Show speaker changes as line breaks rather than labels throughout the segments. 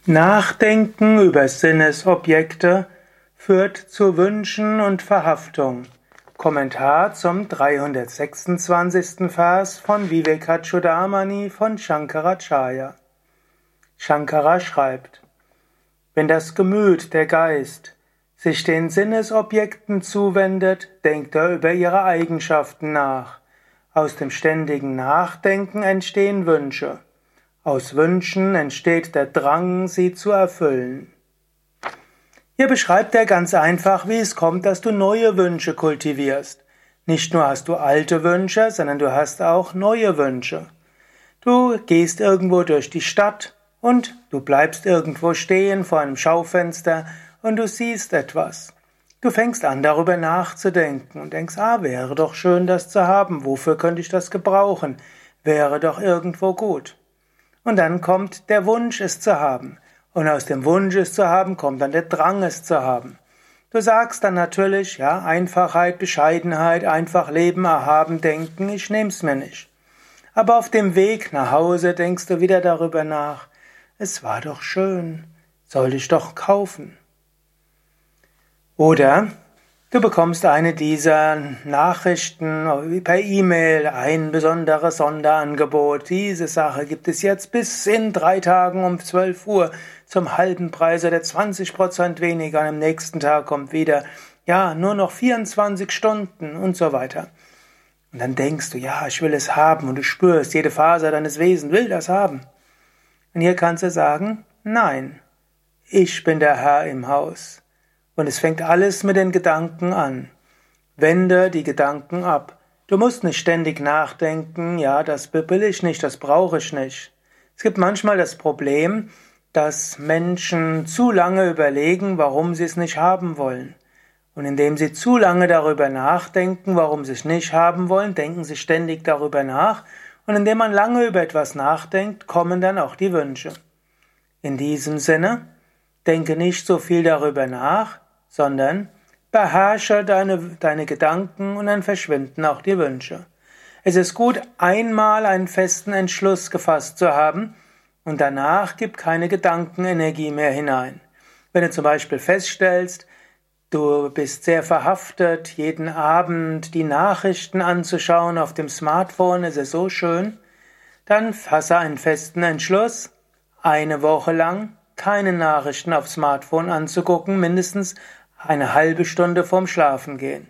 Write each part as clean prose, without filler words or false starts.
Nachdenken über Sinnesobjekte führt zu Wünschen und Verhaftung. Kommentar zum 326. Vers von Vivekachudamani von Shankaracharya. Shankara schreibt: Wenn das Gemüt, der Geist, sich den Sinnesobjekten zuwendet, denkt er über ihre Eigenschaften nach. Aus dem ständigen Nachdenken entstehen Wünsche. Aus Wünschen entsteht der Drang, sie zu erfüllen. Hier beschreibt er ganz einfach, wie es kommt, dass du neue Wünsche kultivierst. Nicht nur hast du alte Wünsche, sondern du hast auch neue Wünsche. Du gehst irgendwo durch die Stadt und du bleibst irgendwo stehen vor einem Schaufenster und du siehst etwas. Du fängst an, darüber nachzudenken und denkst, wäre doch schön, das zu haben. Wofür könnte ich das gebrauchen? Wäre doch irgendwo gut. Und dann kommt der Wunsch, es zu haben. Und aus dem Wunsch, es zu haben, kommt dann der Drang, es zu haben. Du sagst dann natürlich, Einfachheit, Bescheidenheit, einfach leben, erhaben, denken, ich nehm's mir nicht. Aber auf dem Weg nach Hause denkst du wieder darüber nach, es war doch schön, sollte ich doch kaufen. Oder du bekommst eine dieser Nachrichten per E-Mail, ein besonderes Sonderangebot. Diese Sache gibt es jetzt bis in 3 Tagen um 12 Uhr zum halben Preis oder 20% weniger. Und am nächsten Tag kommt wieder, nur noch 24 Stunden und so weiter. Und dann denkst du, ich will es haben, und du spürst, jede Faser deines Wesens will das haben. Und hier kannst du sagen, nein, ich bin der Herr im Haus. Und es fängt alles mit den Gedanken an. Wende die Gedanken ab. Du musst nicht ständig nachdenken, das will ich nicht, das brauche ich nicht. Es gibt manchmal das Problem, dass Menschen zu lange überlegen, warum sie es nicht haben wollen. Und indem sie zu lange darüber nachdenken, warum sie es nicht haben wollen, denken sie ständig darüber nach. Und indem man lange über etwas nachdenkt, kommen dann auch die Wünsche. In diesem Sinne, denke nicht so viel darüber nach, sondern beherrsche deine Gedanken und dann verschwinden auch die Wünsche. Es ist gut, einmal einen festen Entschluss gefasst zu haben und danach gib keine Gedankenenergie mehr hinein. Wenn du zum Beispiel feststellst, du bist sehr verhaftet, jeden Abend die Nachrichten anzuschauen auf dem Smartphone, es ist so schön, dann fasse einen festen Entschluss, 1 Woche lang keine Nachrichten aufs Smartphone anzugucken, mindestens eine halbe Stunde vorm Schlafengehen.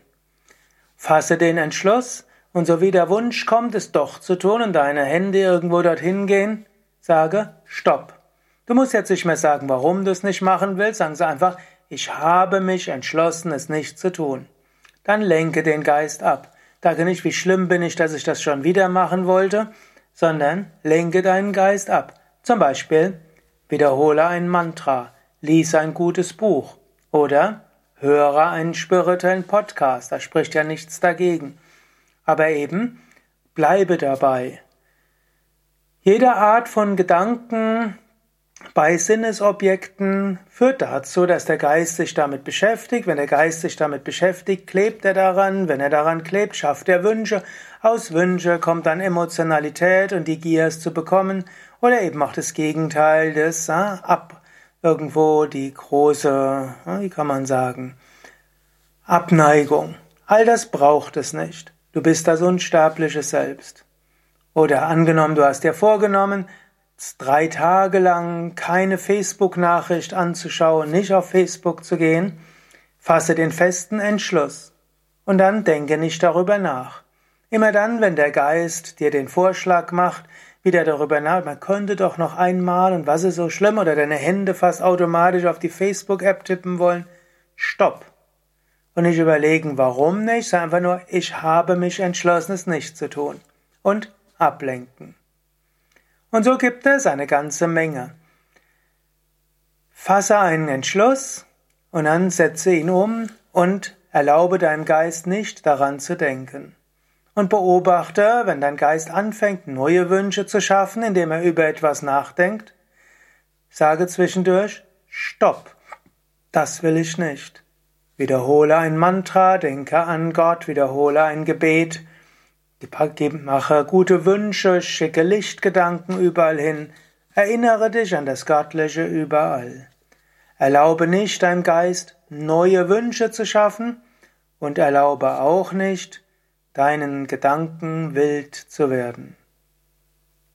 Fasse den Entschluss und so wie der Wunsch kommt, es doch zu tun und deine Hände irgendwo dorthin gehen, sage Stopp. Du musst jetzt nicht mehr sagen, warum du es nicht machen willst, sagen sie einfach, ich habe mich entschlossen, es nicht zu tun. Dann lenke den Geist ab. Sage nicht, wie schlimm bin ich, dass ich das schon wieder machen wollte, sondern lenke deinen Geist ab. Zum Beispiel, wiederhole ein Mantra, lies ein gutes Buch oder höre einen spirituellen Podcast, da spricht ja nichts dagegen. Aber eben, bleibe dabei. Jede Art von Gedanken bei Sinnesobjekten führt dazu, dass der Geist sich damit beschäftigt. Wenn der Geist sich damit beschäftigt, klebt er daran. Wenn er daran klebt, schafft er Wünsche. Aus Wünsche kommt dann Emotionalität und die Gier, es zu bekommen. Oder eben auch das Gegenteil des irgendwo die große, wie kann man sagen, Abneigung. All das braucht es nicht. Du bist das unsterbliche Selbst. Oder angenommen, du hast dir vorgenommen, 3 Tage lang keine Facebook-Nachricht anzuschauen, nicht auf Facebook zu gehen, fasse den festen Entschluss und dann denke nicht darüber nach. Immer dann, wenn der Geist dir den Vorschlag macht, wieder darüber nach, man könnte doch noch einmal und was ist so schlimm oder deine Hände fast automatisch auf die Facebook-App tippen wollen, stopp. Und nicht überlegen, warum nicht, sondern einfach nur, ich habe mich entschlossen, es nicht zu tun. Und ablenken. Und so gibt es eine ganze Menge. Fasse einen Entschluss und dann setze ihn um und erlaube deinem Geist nicht daran zu denken. Und beobachte, wenn dein Geist anfängt, neue Wünsche zu schaffen, indem er über etwas nachdenkt, sage zwischendurch, Stopp, das will ich nicht. Wiederhole ein Mantra, denke an Gott, wiederhole ein Gebet, mache gute Wünsche, schicke Lichtgedanken überall hin, Erinnere dich an das Göttliche überall. Erlaube nicht deinem Geist, neue Wünsche zu schaffen und erlaube auch nicht, deinen Gedanken wild zu werden.